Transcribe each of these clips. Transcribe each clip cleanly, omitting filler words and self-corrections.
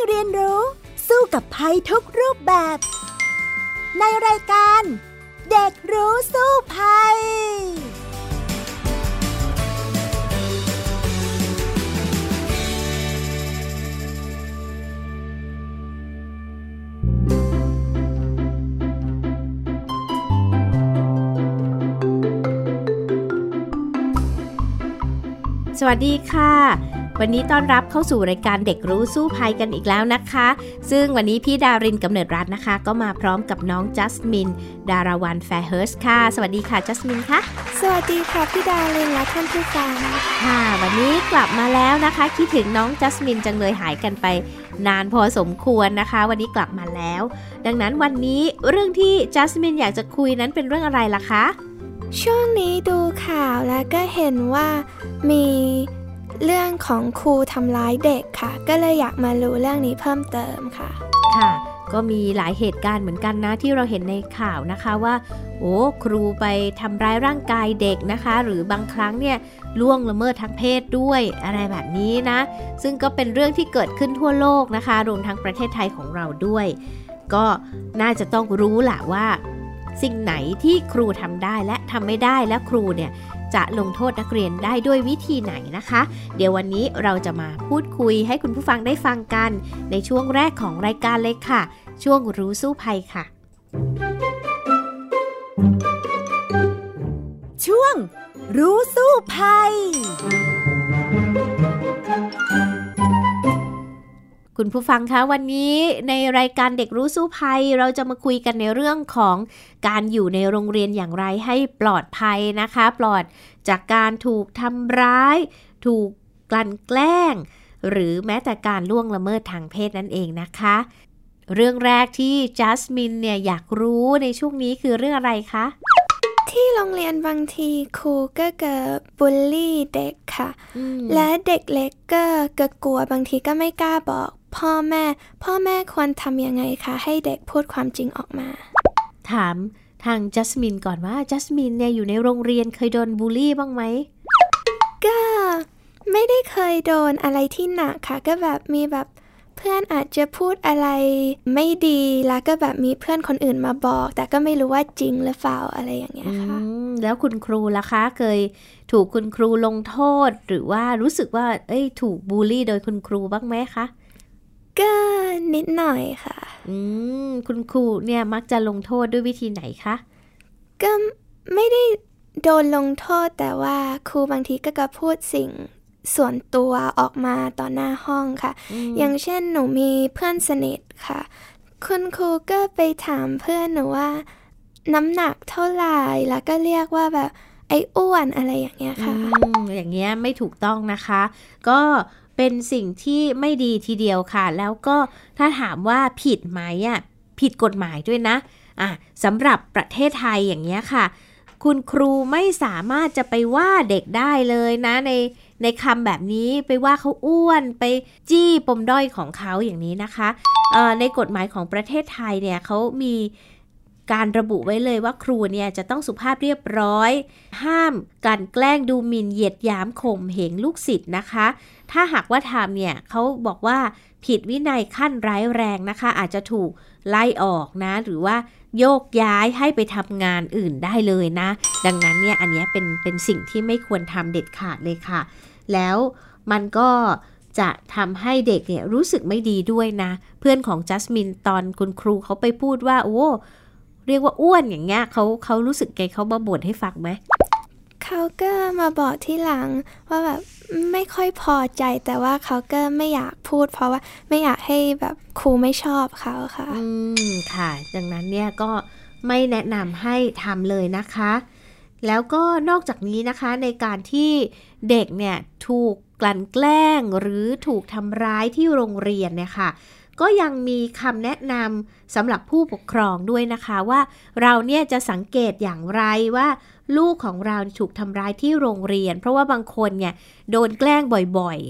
เรียนรู้สู้กับภัยทุกรูปแบบในรายการเด็กรู้สู้ภัยสวัสดีค่ะวันนี้ต้อนรับเข้าสู่รายการเด็กรู้สู้ภัยกันอีกแล้วนะคะซึ่งวันนี้พี่ดารินกำเนิดรัตน์นะคะก็มาพร้อมกับน้องจัสมินดาราวันแฟร์เฮิร์สค่ะสวัสดีค่ะจัสมินค่ะสวัสดีค่ะพี่ดารินและท่านผู้ฟังค่ะวันนี้กลับมาแล้วนะคะคิดถึงน้องจัสมินจังเลยหายกันไปนานพอสมควรนะคะวันนี้กลับมาแล้วดังนั้นวันนี้เรื่องที่จัสมินอยากจะคุยนั้นเป็นเรื่องอะไรล่ะคะช่วงนี้ดูข่าวแล้วก็เห็นว่ามีเรื่องของครูทำร้ายเด็กค่ะก็เลยอยากมารู้เรื่องนี้เพิ่มเติมค่ะค่ะก็มีหลายเหตุการณ์เหมือนกันนะที่เราเห็นในข่าวนะคะว่าโอ้ครูไปทำร้ายร่างกายเด็กนะคะหรือบางครั้งเนี่ยล่วงละเมิดทางเพศด้วยอะไรแบบนี้นะซึ่งก็เป็นเรื่องที่เกิดขึ้นทั่วโลกนะคะรวมทั้งประเทศไทยของเราด้วยก็น่าจะต้องรู้แหละว่าสิ่งไหนที่ครูทำได้และทำไม่ได้และครูเนี่ยจะลงโทษนักเรียนได้ด้วยวิธีไหนนะคะเดี๋ยววันนี้เราจะมาพูดคุยให้คุณผู้ฟังได้ฟังกันในช่วงแรกของรายการเลยค่ะช่วงรู้สู้ภัยค่ะช่วงรู้สู้ภัยคุณผู้ฟังคะวันนี้ในรายการเด็กรู้สู้ภัยเราจะมาคุยกันในเรื่องของการอยู่ในโรงเรียนอย่างไรให้ปลอดภัยนะคะปลอดจากการถูกทำร้ายถูกกลั่นแกล้งหรือแม้แต่การล่วงละเมิดทางเพศนั่นเองนะคะเรื่องแรกที่จัสมินเนี่ยอยากรู้ในช่วงนี้คือเรื่องอะไรคะที่โรงเรียนบางทีครูก็เกิดบูลลี่เด็กค่ะและเด็กเล็กก็กลัวบางทีก็ไม่กล้าบอกพ่อแม่ควรทำยังไงคะให้เด็กพูดความจริงออกมาถามทางจัสมินก่อนว่าจัสมินเนี่ยอยู่ในโรงเรียนเคยโดนบูลลี่บ้างไหมก็ไม่ได้เคยโดนอะไรที่หนักค่ะก็แบบมีแบบเพื่อนอาจจะพูดอะไรไม่ดีแล้วก็แบบมีเพื่อนคนอื่นมาบอกแต่ก็ไม่รู้ว่าจริงหรือเปล่าอะไรอย่างเงี้ยค่ะแล้วคุณครูล่ะคะเคยถูกคุณครูลงโทษหรือว่ารู้สึกว่าถูกบูลลี่โดยคุณครูบ้างไหมคะก็นิดหน่อยค่ะคุณครูเนี่ยมักจะลงโทษด้วยวิธีไหนคะก็ไม่ได้โดนลงโทษแต่ว่าครูบางทีก็พูดสิ่งส่วนตัวออกมาต่อหน้าห้องค่ะอย่างเช่นหนูมีเพื่อนสนิทค่ะคุณครูก็ไปถามเพื่อนหนูว่าน้ำหนักเท่าไหร่แล้วก็เรียกว่าแบบไอ้อ้วนอะไรอย่างเงี้ยค่ะอย่างเงี้ยไม่ถูกต้องนะคะก็เป็นสิ่งที่ไม่ดีทีเดียวค่ะแล้วก็ถ้าถามว่าผิดไหมผิดกฎหมายด้วยนะสำหรับประเทศไทยอย่างเงี้ยค่ะคุณครูไม่สามารถจะไปว่าเด็กได้เลยนะในคำแบบนี้ไปว่าเขาอ้วนไปจี้ปมด้อยของเขาอย่างนี้นะคะในกฎหมายของประเทศไทยเนี่ยเขามีการระบุไว้เลยว่าครูเนี่ยจะต้องสุภาพเรียบร้อยห้ามกลั่นแกล้งดูหมิ่นเหยียดหยามข่มเหงลูกศิษย์นะคะถ้าหากว่าทำเนี่ยเขาบอกว่าผิดวินัยขั้นร้ายแรงนะคะอาจจะถูกไล่ออกนะหรือว่าโยกย้ายให้ไปทำงานอื่นได้เลยนะดังนั้นเนี่ยอันนี้เป็นสิ่งที่ไม่ควรทำเด็ดขาดเลยค่ะแล้วมันก็จะทำให้เด็กเนี่ยรู้สึกไม่ดีด้วยนะเพื่อนของจัสมินตอนคุณครูเขาไปพูดว่าโอ้เรียกว่าอ้วนอย่างเงี้ยเขารู้สึกไงเขามาบ่นให้ฟังไหมเขาก็มาบอกที่หลังว่าแบบไม่ค่อยพอใจแต่ว่าเขาก็ไม่อยากพูดเพราะว่าไม่อยากให้แบบครูไม่ชอบเขาค่ะค่ะดังนั้นเนี่ยก็ไม่แนะนำให้ทำเลยนะคะแล้วก็นอกจากนี้นะคะในการที่เด็กเนี่ยถูกกลั่นแกล้งหรือถูกทำร้ายที่โรงเรียนเนี่ยค่ะก็ยังมีคำแนะนำสำหรับผู้ปกครองด้วยนะคะว่าเราเนี่ยจะสังเกตอย่างไรว่าลูกของเราถูกทำร้ายที่โรงเรียนเพราะว่าบางคนเนี่ยโดนแกล้งบ่อยๆ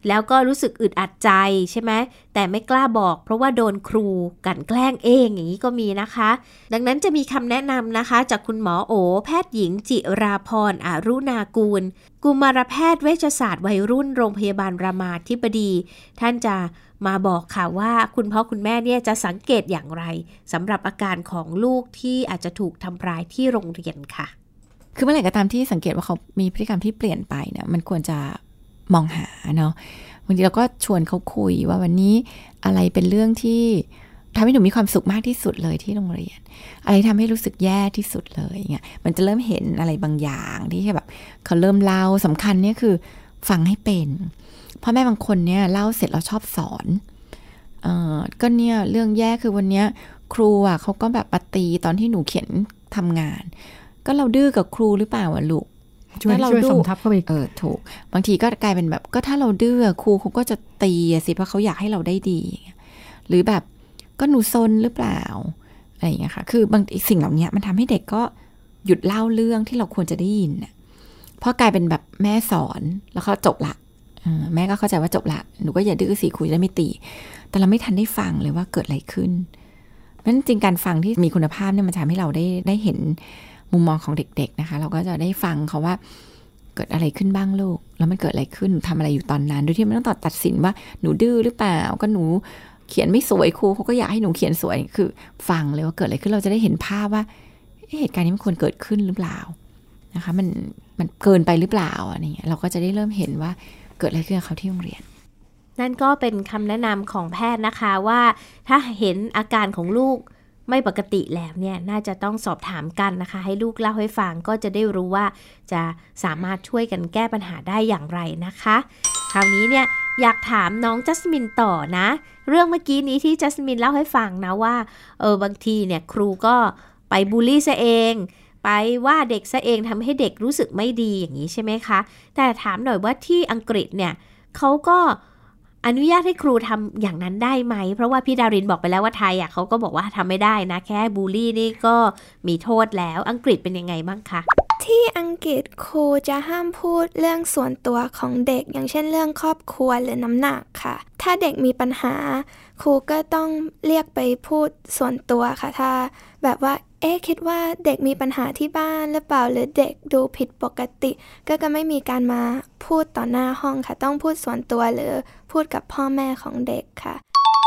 แล้วก็รู้สึกอึดอัดใจใช่ไหมแต่ไม่กล้าบอกเพราะว่าโดนครูกลั่นแกล้งเองอย่างนี้ก็มีนะคะดังนั้นจะมีคำแนะนำนะคะจากคุณหมอโอแพทย์หญิงจิราพรอรุณากูลกุมารแพทย์เวชศาสตร์วัยรุ่นโรงพยาบาลรามาธิบดีท่านจะมาบอกค่ะว่าคุณพ่อคุณแม่เนี่ยจะสังเกตอย่างไรสำหรับอาการของลูกที่อาจจะถูกทำร้ายที่โรงเรียนค่ะคือเมื่อไหร่ก็ตามที่สังเกตว่าเขามีพฤติกรรมที่เปลี่ยนไปเนี่ยมันควรจะมองหาเนาะบางทีเราก็ชวนเขาคุยว่าวันนี้อะไรเป็นเรื่องที่ทำให้หนูมีความสุขมากที่สุดเลยที่โรงเรียนอะไรทำให้รู้สึกแย่ที่สุดเลยเงี้ยมันจะเริ่มเห็นอะไรบางอย่างที่แบบเขาเริ่มเล่าสำคัญเนี่ยคือฟังให้เป็นพ่อแม่บางคนเนี่ยเล่าเสร็จแล้วชอบสอนก็เนี่ยเรื่องแย่คือวันนี้ครูอ่ะเขาก็แบบปฏิตอนที่หนูเขียนทำงานก็เราดื้อกับครูหรือเปล่าอ่ะลูกช่วยสมทับเข้าไปถูกบางทีก็กลายเป็นแบบก็ถ้าเราดื้อครูเขาก็จะตีสิเพราะเขาอยากให้เราได้ดีหรือแบบก็หนูซนหรือเปล่าอะไรอย่างเงี้ยค่ะคือบางสิ่งเหล่านี้มันทำให้เด็กก็หยุดเล่าเรื่องที่เราควรจะได้ยินน่ะเพราะกลายเป็นแบบแม่สอนแล้วเขาจบละแม่ก็เข้าใจว่าจบละหนูก็อย่าดื้อสิครูจะได้ไม่ตีแต่เราไม่ทันได้ฟังเลยว่าเกิดอะไรขึ้นเพราะฉะนั้นจริงการฟังที่มีคุณภาพเนี่ยมันทำให้เราได้เห็นมุมมองของเด็กๆนะคะเราก็จะได้ฟังเขาว่าเกิดอะไรขึ้นบ้างลูกแล้วมันเกิดอะไรขึ้นทำอะไรอยู่ตอนนั้นโดยที่ไม่ต้องตัดสินว่าหนูดื้อหรือเปล่าก็หนูเขียนไม่สวยครูเขาก็อยากให้หนูเขียนสวยคือฟังเลยว่าเกิดอะไรขึ้นเราจะได้เห็นภาพว่าเหตุการณ์นี้มันควรเกิดขึ้นหรือเปล่านะคะมันเกินไปหรือเปล่าอะไรเงี้ยเราก็จะได้เริ่มเห็นว่าเกิดอะไรขึ้นกับเขาที่โรงเรียนนั่นก็เป็นคำแนะนำของแพทย์นะคะว่าถ้าเห็นอาการของลูกไม่ปกติแล้วเนี่ยน่าจะต้องสอบถามกันนะคะให้ลูกเล่าให้ฟังก็จะได้รู้ว่าจะสามารถช่วยกันแก้ปัญหาได้อย่างไรนะคะคราวนี้เนี่ยอยากถามน้องจัสมินต่อนะเรื่องเมื่อกี้นี้ที่จัสมินเล่าให้ฟังนะว่าบางทีเนี่ยครูก็ไปบูลลี่ซะเองไปว่าเด็กซะเองทำให้เด็กรู้สึกไม่ดีอย่างนี้ใช่ไหมคะแต่ถามหน่อยว่าที่อังกฤษเนี่ยเขาก็อนุญาตให้ครูทำอย่างนั้นได้ไหมเพราะว่าพี่ดารินบอกไปแล้วว่าไทยเขาก็บอกว่าทำไม่ได้นะแค่บูลลี่นี่ก็มีโทษแล้วอังกฤษเป็นยังไงบ้างคะที่อังกฤษครูจะห้ามพูดเรื่องส่วนตัวของเด็กอย่างเช่นเรื่องครอบครัวหรือน้ำหนักค่ะถ้าเด็กมีปัญหาครูก็ต้องเรียกไปพูดส่วนตัวค่ะถ้าแบบว่าคิดว่าเด็กมีปัญหาที่บ้านหรือเปล่าหรือเด็กดูผิดปกติก็ไม่มีการมาพูดต่อหน้าห้องค่ะต้องพูดส่วนตัวหรือพูดกับพ่อแม่ของเด็กค่ะ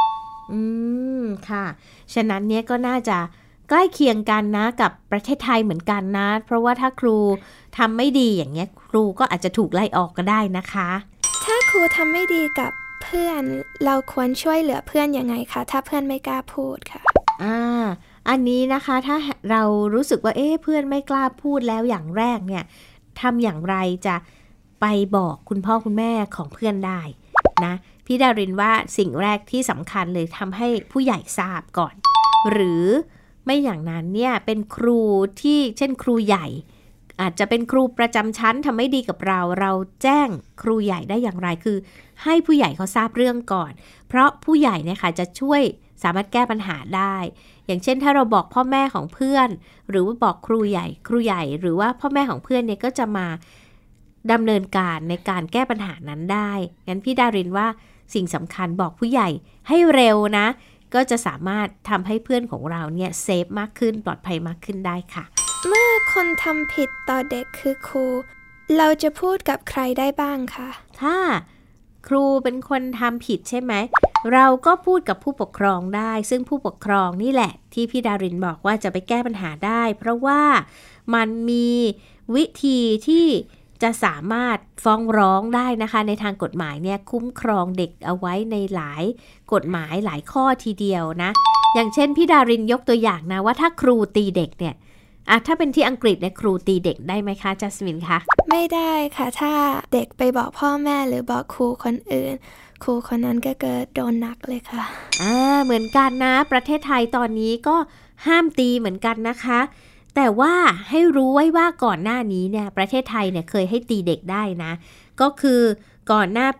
ค่ะฉะนั้นเนี่ยก็น่าจะใกล้เคียงกันนะกับประเทศไทยเหมือนกันนะเพราะว่าถ้าครูทำไม่ดีอย่างเงี้ยครูก็อาจจะถูกไล่ออกก็ได้นะคะถ้าครูทำไม่ดีกับเพื่อนเราควรช่วยเหลือเพื่อนยังไงคะถ้าเพื่อนไม่กล้าพูดค่ะอันนี้นะคะถ้าเรารู้สึกว่าเพื่อนไม่กล้าพูดแล้วอย่างแรกเนี่ยทำอย่างไรจะไปบอกคุณพ่อคุณแม่ของเพื่อนได้นะพี่ดารินว่าสิ่งแรกที่สำคัญเลยทำให้ผู้ใหญ่ทราบก่อนหรือไม่อย่างนั้นเนี่ยเป็นครูที่เช่นครูใหญ่อาจจะเป็นครูประจำชั้นทำไม่ดีกับเราแจ้งครูใหญ่ได้อย่างไรคือให้ผู้ใหญ่เขาทราบเรื่องก่อนเพราะผู้ใหญ่เนี่ยค่ะจะช่วยสามารถแก้ปัญหาได้อย่างเช่นถ้าเราบอกพ่อแม่ของเพื่อนหรือว่าบอกครูใหญ่หรือว่าพ่อแม่ของเพื่อนเนี่ยก็จะมาดำเนินการในการแก้ปัญหานั้นได้งั้นพี่ดารินว่าสิ่งสำคัญบอกผู้ใหญ่ให้เร็วนะก็จะสามารถทำให้เพื่อนของเราเนี่ยเซฟมากขึ้นปลอดภัยมากขึ้นได้ค่ะเมื่อคนทำผิดต่อเด็กคือครูเราจะพูดกับใครได้บ้างคะถ้าครูเป็นคนทำผิดใช่ไหมเราก็พูดกับผู้ปกครองได้ซึ่งผู้ปกครองนี่แหละที่พี่ดารินบอกว่าจะไปแก้ปัญหาได้เพราะว่ามันมีวิธีที่จะสามารถฟ้องร้องได้นะคะในทางกฎหมายเนี่ยคุ้มครองเด็กเอาไว้ในหลายกฎหมายหลายข้อทีเดียวนะอย่างเช่นพี่ดารินยกตัวอย่างนะว่าถ้าครูตีเด็กเนี่ยถ้าเป็นที่อังกฤษเนี่ยครูตีเด็กได้ไหมคะจัสมินคะไม่ได้ค่ะถ้าเด็กไปบอกพ่อแม่หรือบอกครูคนอื่นครูคนนั้นก็เกิดโดนหนักเลยค่ะเหมือนกันนะประเทศไทยตอนนี้ก็ห้ามตีเหมือนกันนะคะแต่ว่าให้รู้ไว้ว่าก่อนหน้านี้เนี่ยประเทศไทยเนี่ยเคยให้ตีเด็กได้นะก็คือก่อนหน้าปี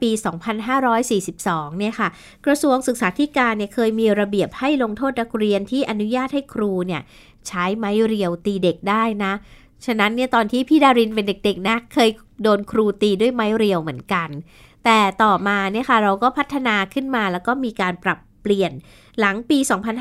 2542 เนี่ยค่ะกระทรวงศึกษาธิการเนี่ยเคยมีระเบียบให้ลงโทษนักเรียนที่อนุญาตให้ครูเนี่ยใช้ไม้เรียวตีเด็กได้นะฉะนั้นเนี่ยตอนที่พี่ดารินเป็นเด็กๆนะเคยโดนครูตีด้วยไม้เรียวเหมือนกันแต่ต่อมาเนี่ยค่ะเราก็พัฒนาขึ้นมาแล้วก็มีการปรับเปลี่ยนหลังปี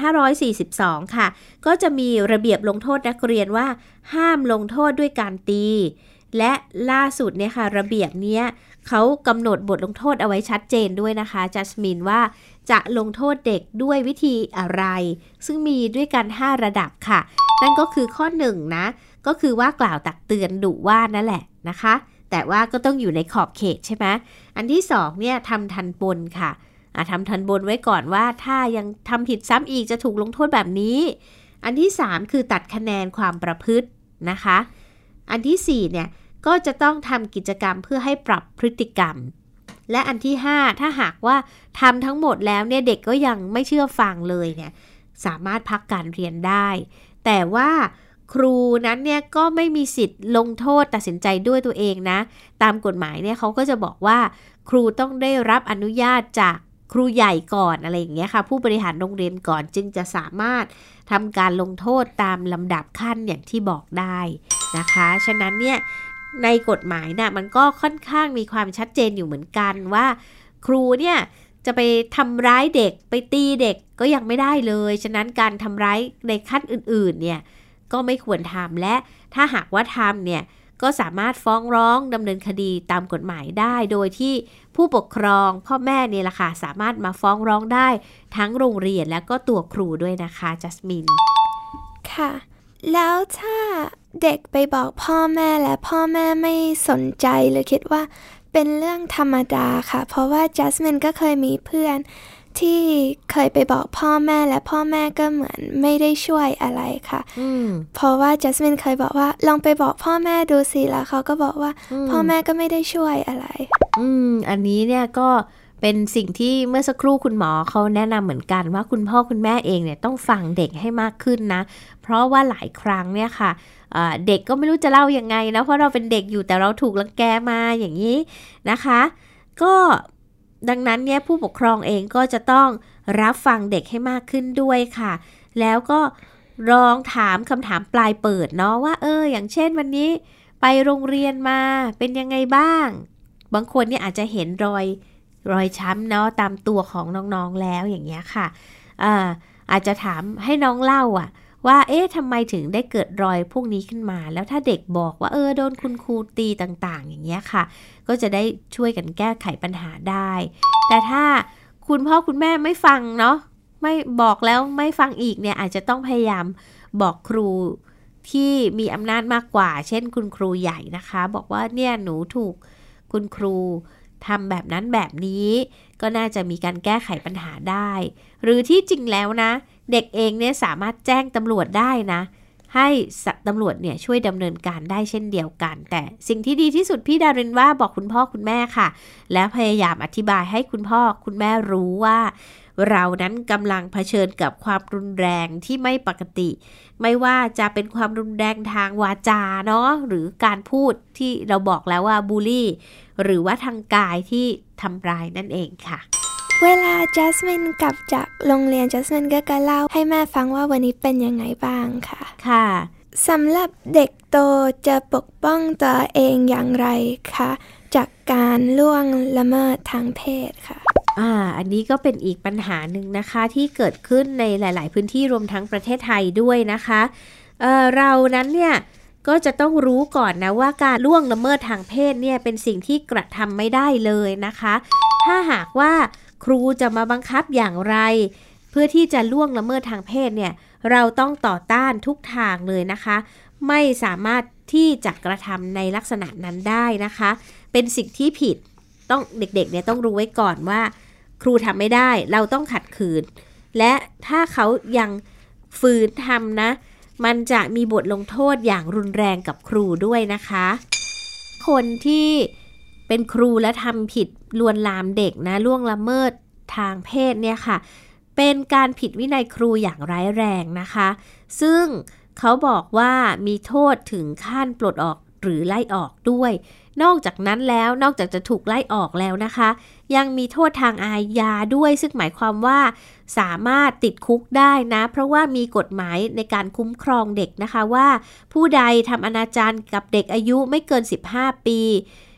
2542 ค่ะก็จะมีระเบียบลงโทษนักเรียนว่าห้ามลงโทษด้วยการตีและล่าสุดเนี่ยค่ะระเบียบเนี้ยเขากำหนดบทลงโทษเอาไว้ชัดเจนด้วยนะคะจัสมินว่าจะลงโทษเด็กด้วยวิธีอะไรซึ่งมีด้วยกัน5ระดับค่ะนั่นก็คือข้อ1นะก็คือว่ากล่าวตักเตือนดุว่านั่นแหละนะคะแต่ว่าก็ต้องอยู่ในขอบเขตใช่ไหมอันที่2เนี่ยทำทันบนค่ะทำทันบนไว้ก่อนว่าถ้ายังทำผิดซ้ำอีกจะถูกลงโทษแบบนี้อันที่3คือตัดคะแนนความประพฤตินะคะอันที่4เนี่ยก็จะต้องทำกิจกรรมเพื่อให้ปรับพฤติกรรมและอันที่5ถ้าหากว่าทำทั้งหมดแล้วเนี่ยเด็กก็ยังไม่เชื่อฟังเลยเนี่ยสามารถพักการเรียนได้แต่ว่าครูนั้นเนี่ยก็ไม่มีสิทธิ์ลงโทษตัดสินใจด้วยตัวเองนะตามกฎหมายเนี่ยเขาก็จะบอกว่าครูต้องได้รับอนุญาตจากครูใหญ่ก่อนอะไรอย่างเงี้ยค่ะผู้บริหารโรงเรียนก่อนจึงจะสามารถทำการลงโทษตามลำดับขั้นอย่างที่บอกได้นะคะฉะนั้นเนี่ยในกฎหมายน่ะมันก็ค่อนข้างมีความชัดเจนอยู่เหมือนกันว่าครูเนี่ยจะไปทำร้ายเด็กไปตีเด็กก็ยังไม่ได้เลยฉะนั้นการทำร้ายในขั้นอื่นๆเนี่ยก็ไม่ควรทำและถ้าหากว่าทำเนี่ยก็สามารถฟ้องร้องดำเนินคดีตามกฎหมายได้โดยที่ผู้ปกครองพ่อแม่เนี่ยแหละค่ะสามารถมาฟ้องร้องได้ทั้งโรงเรียนและก็ตัวครูด้วยนะคะจัสมินค่ะแล้วถ้าเด็กไปบอกพ่อแม่และพ่อแม่ไม่สนใจหรือคิดว่าเป็นเรื่องธรรมดาค่ะเพราะว่าจัสมินก็เคยมีเพื่อนที่เคยไปบอกพ่อแม่และพ่อแม่ก็เหมือนไม่ได้ช่วยอะไรค่ะเพราะว่าจัสมินเคยบอกว่าลองไปบอกพ่อแม่ดูสิแล้วเขาก็บอกว่าพ่อแม่ก็ไม่ได้ช่วยอะไรอันนี้เนี่ยก็เป็นสิ่งที่เมื่อสักครู่คุณหมอเขาแนะนำเหมือนกันว่าคุณพ่อคุณแม่เองเนี่ยต้องฟังเด็กให้มากขึ้นนะเพราะว่าหลายครั้งเนี่ยค่ะเด็กก็ไม่รู้จะเล่ายังไงนะเพราะเราเป็นเด็กอยู่แต่เราถูกรังแกมาอย่างนี้นะคะก็ดังนั้นเนี่ยผู้ปกครองเองก็จะต้องรับฟังเด็กให้มากขึ้นด้วยค่ะแล้วก็ลองถามคำถามปลายเปิดเนาะว่าอย่างเช่นวันนี้ไปโรงเรียนมาเป็นยังไงบ้างบางคนเนี่ยอาจจะเห็นรอยช้ำเนาะตามตัวของน้องๆแล้วอย่างเงี้ยค่ะอาจจะถามให้น้องเล่าว่าทำไมถึงได้เกิดรอยพวกนี้ขึ้นมาแล้วถ้าเด็กบอกว่าโดนคุณครูตีต่างๆอย่างเงี้ยค่ะก็จะได้ช่วยกันแก้ไขปัญหาได้แต่ถ้าคุณพ่อคุณแม่ไม่ฟังเนาะไม่บอกแล้วไม่ฟังอีกเนี่ยอาจจะต้องพยายามบอกครูที่มีอำนาจมากกว่าเช่นคุณครูใหญ่นะคะบอกว่าเนี่ยหนูถูกคุณครูทำแบบนั้นแบบนี้ก็น่าจะมีการแก้ไขปัญหาได้หรือที่จริงแล้วนะเด็กเองเนี่ยสามารถแจ้งตำรวจได้นะให้ตำรวจเนี่ยช่วยดำเนินการได้เช่นเดียวกันแต่สิ่งที่ดีที่สุดพี่ดารินว่าบอกคุณพ่อคุณแม่ค่ะแล้วพยายามอธิบายให้คุณพ่อคุณแม่รู้ว่าเรานั้นกำลังเผชิญกับความรุนแรงที่ไม่ปกติไม่ว่าจะเป็นความรุนแรงทางวาจาเนาะหรือการพูดที่เราบอกแล้วว่าบูลลี่หรือว่าทางกายที่ทำร้ายนั่นเองค่ะเวลาจัสมินกลับจากโรงเรียนจัสมินก็เล่าให้แม่ฟังว่าวันนี้เป็นยังไงบ้างค่ะค่ะสำหรับเด็กโตจะปกป้องตัวเองอย่างไรคะจากการล่วงละเมิดทางเพศค่ะอันนี้ก็เป็นอีกปัญหาหนึ่งนะคะที่เกิดขึ้นในหลายๆพื้นที่รวมทั้งประเทศไทยด้วยนะคะเรานั้นเนี่ยก็จะต้องรู้ก่อนนะว่าการล่วงละเมิดทางเพศเนี่ยเป็นสิ่งที่กระทำไม่ได้เลยนะคะถ้าหากว่าครูจะมาบังคับอย่างไรเพื่อที่จะล่วงละเมิดทางเพศเนี่ยเราต้องต่อต้านทุกทางเลยนะคะไม่สามารถที่จะกระทำในลักษณะนั้นได้นะคะเป็นสิ่งที่ผิดต้องเด็กๆเนี่ยต้องรู้ไว้ก่อนว่าครูทำไม่ได้เราต้องขัดขืนและถ้าเขายังฝืนทำนะมันจะมีบทลงโทษอย่างรุนแรงกับครูด้วยนะคะคนที่เป็นครูและทำผิดลวนลามเด็กนะล่วงละเมิดทางเพศเนี่ยค่ะเป็นการผิดวินัยครูอย่างร้ายแรงนะคะซึ่งเขาบอกว่ามีโทษถึงขั้นปลดออกหรือไล่ออกด้วยนอกจากนั้นแล้วนอกจากจะถูกไล่ออกแล้วนะคะยังมีโทษทางอาญาด้วยซึ่งหมายความว่าสามารถติดคุกได้นะเพราะว่ามีกฎหมายในการคุ้มครองเด็กนะคะว่าผู้ใดทำอนาจารกับเด็กอายุไม่เกิน15 ปี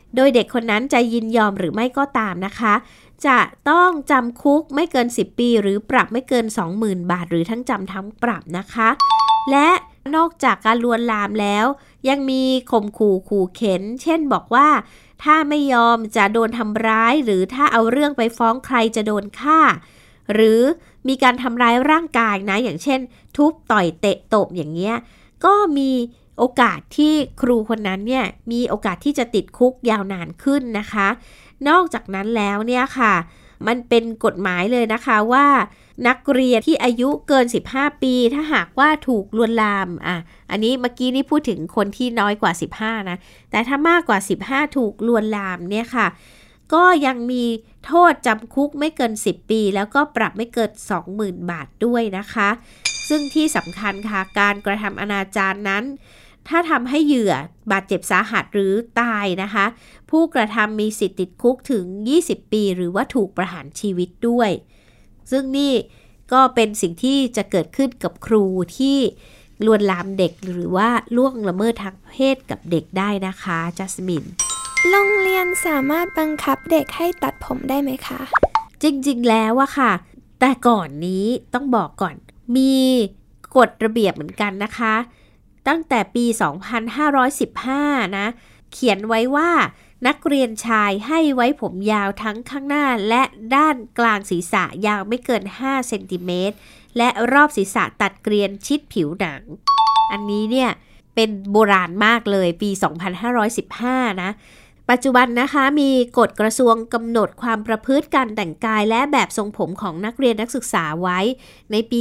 โดยเด็กคนนั้นจะยินยอมหรือไม่ก็ตามนะคะจะต้องจำคุกไม่เกิน10 ปีหรือปรับไม่เกิน 20,000 บาทหรือทั้งจำทั้งปรับนะคะและนอกจากการลวนลามแล้วยังมีข่มขู่เข็นเช่นบอกว่าถ้าไม่ยอมจะโดนทำร้ายหรือถ้าเอาเรื่องไปฟ้องใครจะโดนฆ่าหรือมีการทำร้ายร่างกายนะอย่างเช่นทุบต่อยเตะตบอย่างเงี้ยก็มีโอกาสที่ครูคนนั้นเนี่ยมีโอกาสที่จะติดคุกยาวนานขึ้นนะคะนอกจากนั้นแล้วเนี่ยค่ะมันเป็นกฎหมายเลยนะคะว่านักเรียนที่อายุเกิน15 ปีถ้าหากว่าถูกลวนลามอันนี้เมื่อกี้นี่พูดถึงคนที่น้อยกว่า15นะแต่ถ้ามากกว่า15ถูกลวนลามเนี่ยค่ะก็ยังมีโทษจำคุกไม่เกิน10 ปีแล้วก็ปรับไม่เกิน 20,000 บาทด้วยนะคะซึ่งที่สำคัญค่ะการกระทำอนาจารนั้นถ้าทำให้เหยื่อบาดเจ็บสาหัสหรือตายนะคะผู้กระทำมีสิทธิ์ติดคุกถึง20 ปีหรือว่าถูกประหารชีวิตด้วยซึ่งนี่ก็เป็นสิ่งที่จะเกิดขึ้นกับครูที่ลวนลามเด็กหรือว่าล่วงละเมิดทางเพศกับเด็กได้นะคะจัสมินโรงเรียนสามารถบังคับเด็กให้ตัดผมได้ไหมคะจริงๆแล้วอะค่ะแต่ก่อนนี้ต้องบอกก่อนมีกฎระเบียบเหมือนกันนะคะตั้งแต่ปี 2515 นะเขียนไว้ว่านักเรียนชายให้ไว้ผมยาวทั้งข้างหน้าและด้านกลางศีรษะยาวไม่เกิน5 เซนติเมตรและรอบศีรษะตัดเกรียนชิดผิวหนังอันนี้เนี่ยเป็นโบราณมากเลยปี 2515 นะปัจจุบันนะคะมีกฎกระทรวงกำหนดความประพฤติการแต่งกายและแบบทรงผมของนักเรียนนักศึกษาไว้ในปี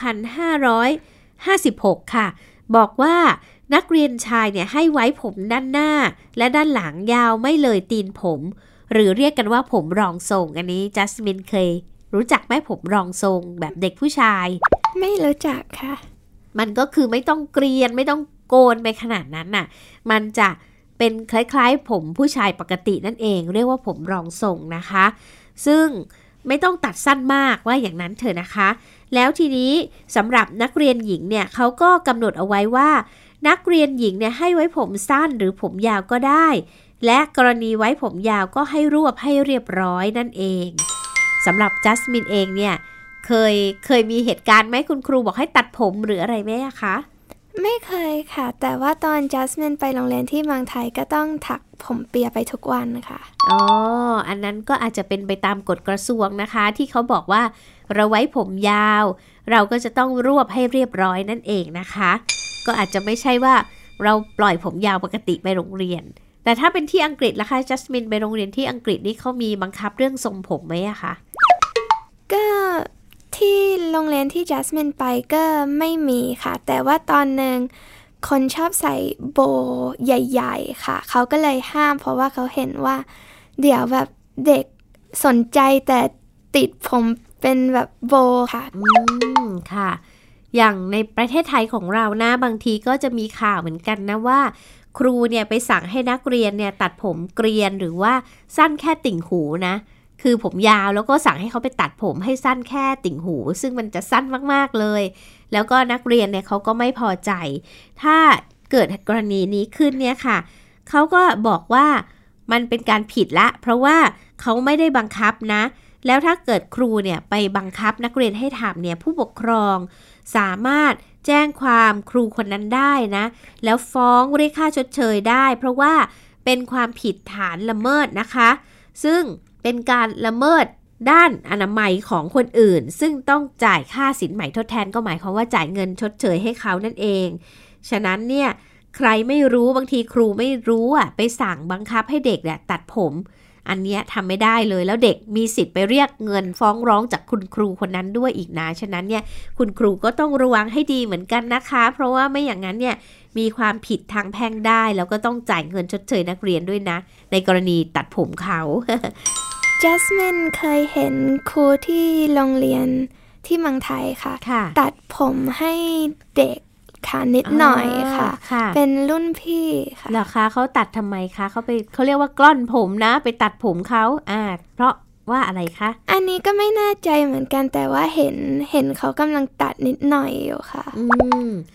2556 ค่ะบอกว่านักเรียนชายเนี่ยให้ไว้ผมด้านหน้าและด้านหลังยาวไม่เลยตีนผมหรือเรียกกันว่าผมรองทรงอันนี้จัสมินเคยรู้จักไหมผมรองทรงแบบเด็กผู้ชายไม่รู้จักค่ะมันก็คือไม่ต้องเกรียนไม่ต้องโกนไปขนาดนั้นน่ะมันจะเป็นคล้ายๆผมผู้ชายปกตินั่นเองเรียกว่าผมรองทรงนะคะซึ่งไม่ต้องตัดสั้นมากว่าอย่างนั้นเถอะนะคะแล้วทีนี้สำหรับนักเรียนหญิงเนี่ยเขาก็กำหนดเอาไว้ว่านักเรียนหญิงเนี่ยให้ไว้ผมสั้นหรือผมยาวก็ได้และกรณีไว้ผมยาวก็ให้รวบให้เรียบร้อยนั่นเองสำหรับจัสมินเองเนี่ยเคยมีเหตุการณ์ไหมคุณครูบอกให้ตัดผมหรืออะไรไหมคะไม่เคยค่ะแต่ว่าตอนจัสมินไปโรงเรียนที่เมืองไทยก็ต้องถักผมเปียไปทุกวันค่ะอันนั้นก็อาจจะเป็นไปตามกฎกระทรวงนะคะที่เขาบอกว่าเราไว้ผมยาวเราก็จะต้องรวบให้เรียบร้อยนั่นเองนะคะก็อาจจะไม่ใช่ว่าเราปล่อยผมยาวปกติไปโรงเรียนแต่ถ้าเป็นที่อังกฤษล่ะคะจัสมินไปโรงเรียนที่อังกฤษนี่เขามีบังคับเรื่องทรงผมไหมอะคะก็ที่โรงเรียนที่จัสมินไปก็ไม่มีค่ะแต่ว่าตอนนึงคนชอบใส่โบใหญ่ๆค่ะเขาก็เลยห้ามเพราะว่าเขาเห็นว่าเดี๋ยวแบบเด็กสนใจแต่ติดผมเป็นแบบโบค่ะค่ะอย่างในประเทศไทยของเรานะบางทีก็จะมีข่าวเหมือนกันนะว่าครูเนี่ยไปสั่งให้นักเรียนเนี่ยตัดผมเกรียนหรือว่าสั้นแค่ติ่งหูนะคือผมยาวแล้วก็สั่งให้เขาไปตัดผมให้สั้นแค่ติ่งหูซึ่งมันจะสั้นมากๆเลยแล้วก็นักเรียนเนี่ยเขาก็ไม่พอใจถ้าเกิดกรณีนี้ขึ้นเนี่ยค่ะเขาก็บอกว่ามันเป็นการผิดละเพราะว่าเขาไม่ได้บังคับนะแล้วถ้าเกิดครูเนี่ยไปบังคับนักเรียนให้ทำเนี่ยผู้ปกครองสามารถแจ้งความครูคนนั้นได้นะแล้วฟ้องเรียกค่าชดเชยได้เพราะว่าเป็นความผิดฐานละเมิดนะคะซึ่งเป็นการละเมิดด้านอนามัยของคนอื่นซึ่งต้องจ่ายค่าสินไหมทดแทนก็หมายความว่าจ่ายเงินชดเชยให้เขานั่นเองฉะนั้นเนี่ยใครไม่รู้บางทีครูไม่รู้ไปสั่งบังคับให้เด็กเนี่ยตัดผมอันนี้ทำไม่ได้เลยแล้วเด็กมีสิทธิ์ไปเรียกเงินฟ้องร้องจากคุณครูคนนั้นด้วยอีกนะฉะนั้นเนี่ยคุณครูก็ต้องระวังให้ดีเหมือนกันนะคะเพราะว่าไม่อย่างนั้นเนี่ยมีความผิดทางแพ่งได้แล้วก็ต้องจ่ายเงินชดเชยนักเรียนด้วยนะในกรณีตัดผมเขาจัสมินเคยเห็นครูที่โรงเรียนที่เมืองไทยค่ะตัดผมให้เด็กค่ะนิดหน่อยค่ะเป็นรุ่นพี่ค่ะเหรอคะเขาตัดทำไมคะเขาเรียกว่ากล้อนผมนะไปตัดผมเขาเพราะว่าอะไรคะอันนี้ก็ไม่แน่ใจเหมือนกันแต่ว่าเห็นเขากำลังตัดนิดหน่อยอยู่ค่ะ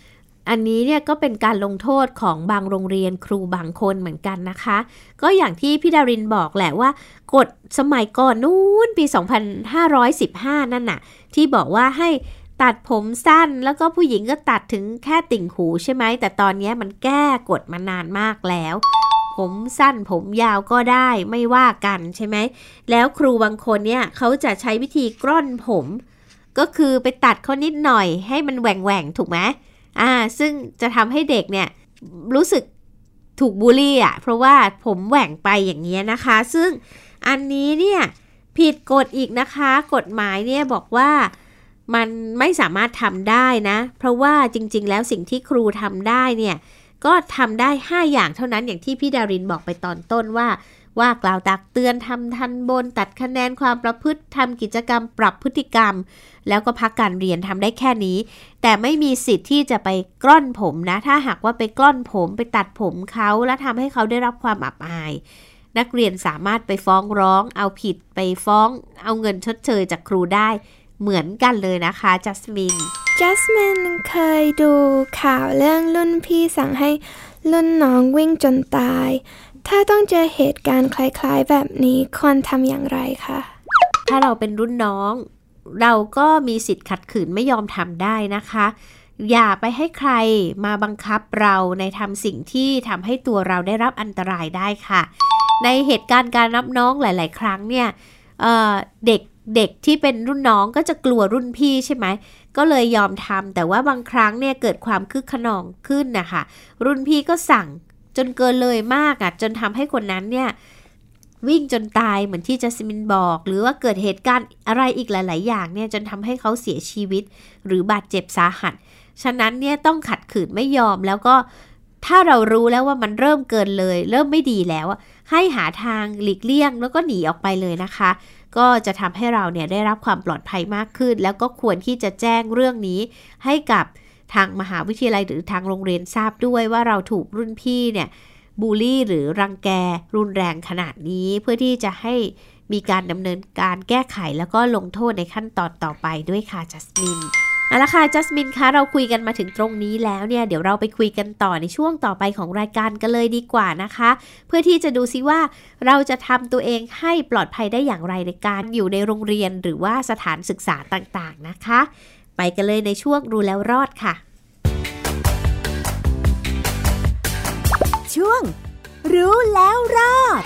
อันนี้เนี่ยก็เป็นการลงโทษของบางโรงเรียนครูบางคนเหมือนกันนะคะก็อย่างที่พี่ดารินบอกแหละว่ากฎสมัยก่อนนู้นปี 2515 นั่นน่ะที่บอกว่าให้ตัดผมสั้นแล้วก็ผู้หญิงก็ตัดถึงแค่ติ่งหูใช่ไหมแต่ตอนนี้มันแก้กฎมานานมากแล้วผมสั้นผมยาวก็ได้ไม่ว่ากันใช่ไหมแล้วครูบางคนเนี่ยเขาจะใช้วิธีกล้อนผมก็คือไปตัดเขานิดหน่อยให้มันแหว่งถูกไหมซึ่งจะทำให้เด็กเนี่ยรู้สึกถูกบูลลี่เพราะว่าผมแหว่งไปอย่างนี้นะคะซึ่งอันนี้เนี่ยผิดกฎอีกนะคะกฎหมายเนี่ยบอกว่ามันไม่สามารถทำได้นะเพราะว่าจริงๆแล้วสิ่งที่ครูทำได้เนี่ยก็ทำได้5อย่างเท่านั้นอย่างที่พี่ดารินบอกไปตอนต้นว่ากล่าวตักเตือนทำทันบนตัดคะแนนความประพฤติทำกิจกรรมปรับพฤติกรรมแล้วก็พักการเรียนทำได้แค่นี้แต่ไม่มีสิทธิ์ที่จะไปกล้อนผมนะถ้าหากว่าไปกล้อนผมไปตัดผมเขาแล้วทำให้เขาได้รับความอับอายนักเรียนสามารถไปฟ้องร้องเอาผิดไปฟ้องเอาเงินชดเชยจากครูได้เหมือนกันเลยนะคะจัสมินเคยดูข่าวเรื่องรุ่นพี่สั่งให้รุ่นน้องวิ่งจนตายถ้าต้องเจอเหตุการณ์คล้ายๆแบบนี้ควรทำอย่างไรคะถ้าเราเป็นรุ่นน้องเราก็มีสิทธิ์ขัดขืนไม่ยอมทำได้นะคะอย่าไปให้ใครมาบังคับเราในทำสิ่งที่ทำให้ตัวเราได้รับอันตรายได้ค่ะในเหตุการณ์การรับน้องหลายๆครั้งเนี่ยเด็กที่เป็นรุ่นน้องก็จะกลัวรุ่นพี่ใช่ไหมก็เลยยอมทำแต่ว่าบางครั้งเนี่ยเกิดความคึกขนองขึ้นนะคะรุ่นพี่ก็สั่งจนเกินเลยมากจนทำให้คนนั้นเนี่ยวิ่งจนตายเหมือนที่จัสมินบอกหรือว่าเกิดเหตุการณ์อะไรอีกหลายๆอย่างเนี่ยจนทำให้เขาเสียชีวิตหรือบาดเจ็บสาหัสฉะนั้นเนี่ยต้องขัดขืนไม่ยอมแล้วก็ถ้าเรารู้แล้วว่ามันเริ่มเกินเลยเริ่มไม่ดีแล้วให้หาทางหลีกเลี่ยงแล้วก็หนีออกไปเลยนะคะก็จะทำให้เราเนี่ยได้รับความปลอดภัยมากขึ้นแล้วก็ควรที่จะแจ้งเรื่องนี้ให้กับทางมหาวิทยาลัยหรือทางโรงเรียนทราบด้วยว่าเราถูกรุ่นพี่เนี่ยบูลลี่หรือรังแกรุนแรงขนาดนี้เพื่อที่จะให้มีการดำเนินการแก้ไขแล้วก็ลงโทษในขั้นตอนต่อไปด้วยค่ะจัสมินเอาละค่ะจัสมินคะเราคุยกันมาถึงตรงนี้แล้วเนี่ยเดี๋ยวเราไปคุยกันต่อในช่วงต่อไปของรายการกันเลยดีกว่านะคะเพื่อที่จะดูซิว่าเราจะทำตัวเองให้ปลอดภัยได้อย่างไรในการอยู่ในโรงเรียนหรือว่าสถานศึกษาต่างๆนะคะไปกันเลยในช่วงรู้แล้วรอดค่ะช่วงรู้แล้วรอด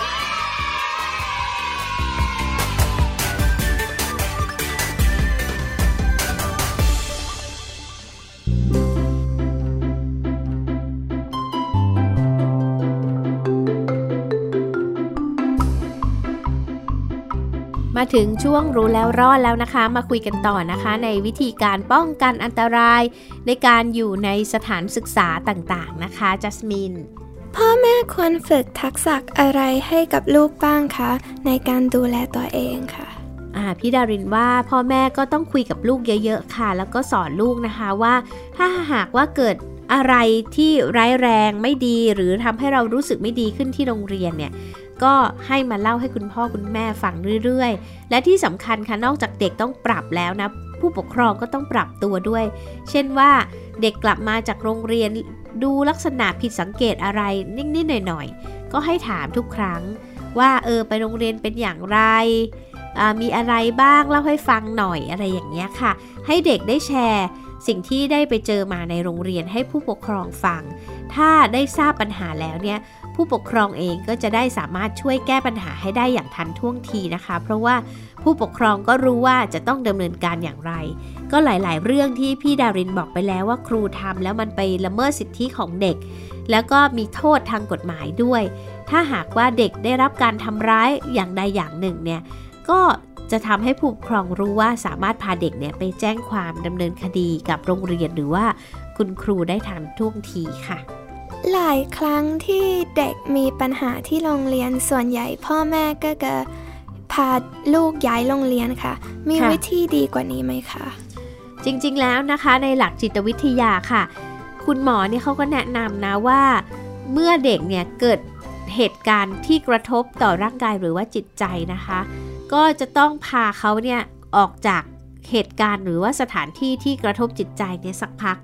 มาถึงช่วงรู้แล้วรอดแล้วนะคะมาคุยกันต่อนะคะในวิธีการป้องกันอันตรายในการอยู่ในสถานศึกษาต่างๆนะคะจัสมินพ่อแม่ควรฝึกทักษะอะไรให้กับลูกบ้างคะในการดูแลตัวเองค่ะพี่ดารินว่าพ่อแม่ก็ต้องคุยกับลูกเยอะๆค่ะแล้วก็สอนลูกนะคะว่าถ้าหากว่าเกิดอะไรที่ร้ายแรงไม่ดีหรือทำให้เรารู้สึกไม่ดีขึ้นที่โรงเรียนเนี่ยก็ให้มาเล่าให้คุณพ่อคุณแม่ฟังเรื่อยๆและที่สำคัญค่ะนอกจากเด็กต้องปรับแล้วนะผู้ปกครองก็ต้องปรับตัวด้วยเช่นว่าเด็กกลับมาจากโรงเรียนดูลักษณะผิดสังเกตอะไรนิดๆหน่อยๆก็ให้ถามทุกครั้งว่าไปโรงเรียนเป็นอย่างไรมีอะไรบ้างเล่าให้ฟังหน่อยอะไรอย่างเงี้ยค่ะให้เด็กได้แชร์สิ่งที่ได้ไปเจอมาในโรงเรียนให้ผู้ปกครองฟังถ้าได้ทราบปัญหาแล้วเนี่ยผู้ปกครองเองก็จะได้สามารถช่วยแก้ปัญหาให้ได้อย่างทันท่วงทีนะคะเพราะว่าผู้ปกครองก็รู้ว่าจะต้องดำเนินการอย่างไรก็หลายๆเรื่องที่พี่ดารินบอกไปแล้วว่าครูทำแล้วมันไปละเมิดสิทธิของเด็กแล้วก็มีโทษทางกฎหมายด้วยถ้าหากว่าเด็กได้รับการทำร้ายอย่างใดอย่างหนึ่งเนี่ยก็จะทำให้ผู้ปกครองรู้ว่าสามารถพาเด็กเนี่ยไปแจ้งความดำเนินคดีกับโรงเรียนหรือว่าคุณครูได้ทันท่วงทีค่ะหลายครั้งที่เด็กมีปัญหาที่โรงเรียนส่วนใหญ่พ่อแม่ก็จะพาลูกย้ายโรงเรียนค่ะมีวิธีดีกว่านี้ไหมคะจริงๆแล้วนะคะในหลักจิตวิทยาค่ะคุณหมอเนี่ยเขาก็แนะนำนะว่าเมื่อเด็กเนี่ยเกิดเหตุการณ์ที่กระทบต่อร่างกายหรือว่าจิตใจนะคะก็จะต้องพาเขาเนี่ยออกจากเหตุการณ์หรือว่าสถานที่ที่กระทบจิตใจเนี่ยสักพัก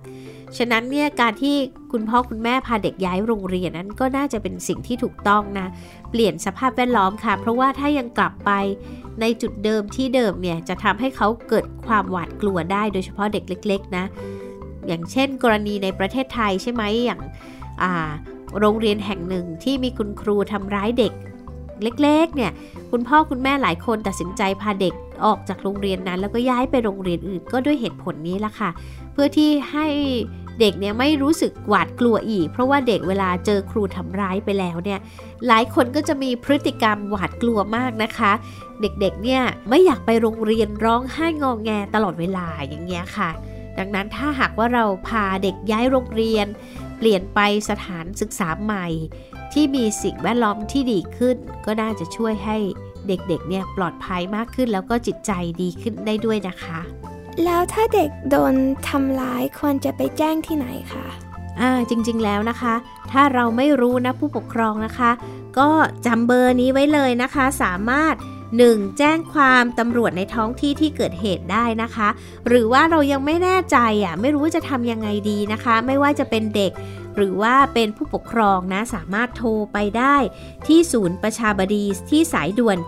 ฉะนั้นเนี่ยการที่คุณพ่อคุณแม่พาเด็กย้ายโรงเรียนนั้นก็น่าจะเป็นสิ่งที่ถูกต้องนะเปลี่ยนสภาพแวดล้อมค่ะเพราะว่าถ้ายังกลับไปในจุดเดิมที่เดิมเนี่ยจะทำให้เขาเกิดความหวาดกลัวได้โดยเฉพาะเด็กเล็กๆนะอย่างเช่นกรณีในประเทศไทยใช่ไหมอย่างโรงเรียนแห่งหนึ่งที่มีคุณครูทำร้ายเด็กเล็กๆเนี่ยคุณพ่อคุณแม่หลายคนตัดสินใจพาเด็กออกจากโรงเรียนนั้นแล้วก็ย้ายไปโรงเรียนอื่นก็ด้วยเหตุผลนี้ละค่ะเพื่อที่ให้เด็กเนี่ยไม่รู้สึกหวาดกลัวอีกเพราะว่าเด็กเวลาเจอครูทำร้ายไปแล้วเนี่ยหลายคนก็จะมีพฤติกรรมหวาดกลัวมากนะคะเด็กๆเนี่ยไม่อยากไปโรงเรียนร้องไห้งอแงตลอดเวลาอย่างเงี้ยค่ะดังนั้นถ้าหากว่าเราพาเด็กย้ายโรงเรียนเปลี่ยนไปสถานศึกษาใหม่ที่มีสิ่งแวดล้อมที่ดีขึ้นก็น่าจะช่วยให้เด็กๆเนี่ยปลอดภัยมากขึ้นแล้วก็จิตใจดีขึ้นได้ด้วยนะคะแล้วถ้าเด็กโดนทำร้ายควรจะไปแจ้งที่ไหนคะจริงๆแล้วนะคะถ้าเราไม่รู้นะผู้ปกครองนะคะก็จำเบอร์นี้ไว้เลยนะคะสามารถ1แจ้งความตำรวจในท้องที่ที่เกิดเหตุได้นะคะหรือว่าเรายังไม่แน่ใจไม่รู้จะทำยังไงดีนะคะไม่ว่าจะเป็นเด็กหรือว่าเป็นผู้ปกครองนะสามารถโทรไปได้ที่ศูนย์ประชาบดีที่สายด่วน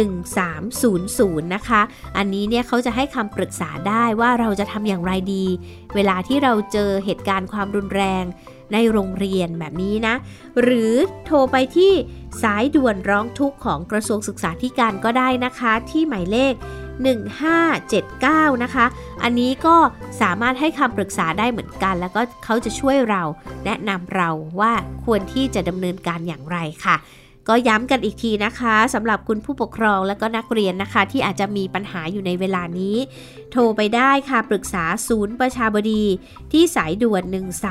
1300นะคะอันนี้เนี่ยเขาจะให้คำปรึกษาได้ว่าเราจะทำอย่างไรดีเวลาที่เราเจอเหตุการณ์ความรุนแรงในโรงเรียนแบบนี้นะหรือโทรไปที่สายด่วนร้องทุกข์ของกระทรวงศึกษาธิการก็ได้นะคะที่หมายเลข1579นะคะอันนี้ก็สามารถให้คำปรึกษาได้เหมือนกันแล้วก็เขาจะช่วยเราแนะนำเราว่าควรที่จะดำเนินการอย่างไรค่ะก็ย้ำกันอีกทีนะคะสำหรับคุณผู้ปกครองและก็นักเรียนนะคะที่อาจจะมีปัญหาอยู่ในเวลานี้โทรไปได้ค่ะปรึกษาศูนย์ประชาบดีที่สายด่วน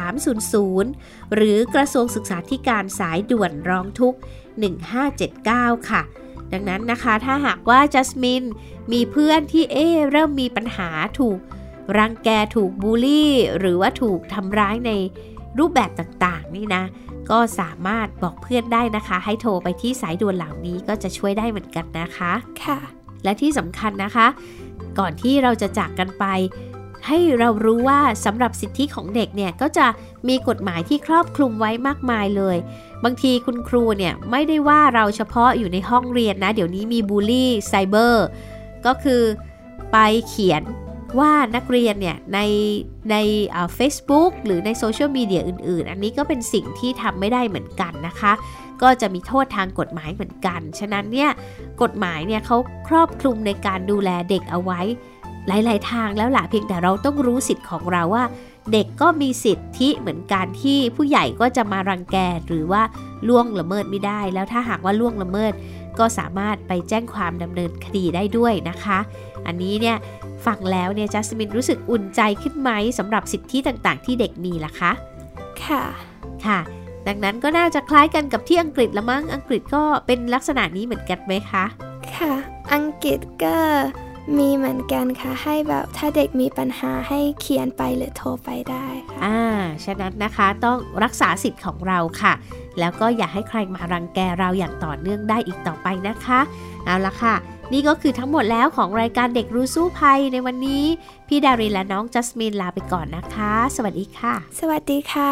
1300หรือกระทรวงศึกษาธิการสายด่วนร้องทุกข์1579ค่ะดังนั้นนะคะถ้าหากว่าจัสมินมีเพื่อนที่เริ่มมีปัญหาถูกรังแกถูกบูลลี่หรือว่าถูกทำร้ายในรูปแบบต่างๆนี่นะก็สามารถบอกเพื่อนได้นะคะให้โทรไปที่สายด่วนเหล่านี้ก็จะช่วยได้เหมือนกันนะคะค่ะและที่สำคัญนะคะก่อนที่เราจะจากกันไปให้เรารู้ว่าสำหรับสิทธิของเด็กเนี่ยก็จะมีกฎหมายที่ครอบคลุมไว้มากมายเลยบางทีคุณครูเนี่ยไม่ได้ว่าเราเฉพาะอยู่ในห้องเรียนนะเดี๋ยวนี้มีบูลลี่ไซเบอร์ก็คือไปเขียนว่านักเรียนเนี่ยในFacebook หรือในโซเชียลมีเดียอื่นๆอันนี้ก็เป็นสิ่งที่ทำไม่ได้เหมือนกันนะคะก็จะมีโทษทางกฎหมายเหมือนกันฉะนั้นเนี่ยกฎหมายเนี่ยเขาครอบคลุมในการดูแลเด็กเอาไว้หลายๆทางแล้วล่ะเพียงแต่เราต้องรู้สิทธิ์ของเราว่าเด็กก็มีสิทธิเหมือนกันที่ผู้ใหญ่ก็จะมารังแกหรือว่าล่วงละเมิดไม่ได้แล้วถ้าหากว่าล่วงละเมิดก็สามารถไปแจ้งความดำเนินคดีได้ด้วยนะคะอันนี้เนี่ยฟังแล้วเนี่ยจัสมินรู้สึกอุ่นใจขึ้นไหมสำหรับสิทธิต่างๆที่เด็กมีล่ะคะค่ะดังนั้นก็น่าจะคล้ายกันกับที่อังกฤษละมั้งอังกฤษก็เป็นลักษณะนี้เหมือนกันไหมคะค่ะอังกฤษก็มีเหมือนกันค่ะให้แบบถ้าเด็กมีปัญหาให้เขียนไปหรือโทรไปได้ค่ะฉะนั้นนะคะต้องรักษาสิทธิ์ของเราค่ะแล้วก็อย่าให้ใครมารังแกเราอย่างต่อเนื่องได้อีกต่อไปนะคะเอาละค่ะนี่ก็คือทั้งหมดแล้วของรายการเด็กรู้สู้ภัยในวันนี้พี่ดารินและน้องจัสมินลาไปก่อนนะคะสวัสดีค่ะสวัสดีค่ะ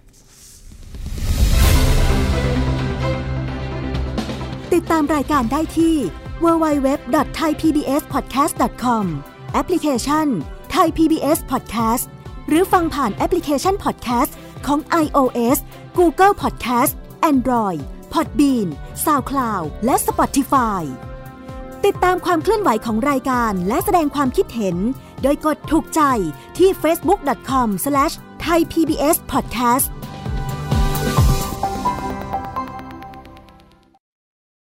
ติดตามรายการได้ที่ www.thaipbspodcast.com แอปพลิเคชัน Thai PBS Podcast หรือฟังผ่านแอปพลิเคชัน Podcast ของ iOS Google Podcast Android Podbean SoundCloud และ Spotify ติดตามความเคลื่อนไหวของรายการและแสดงความคิดเห็นโดยกดถูกใจที่ facebook.com/thaipbspodcast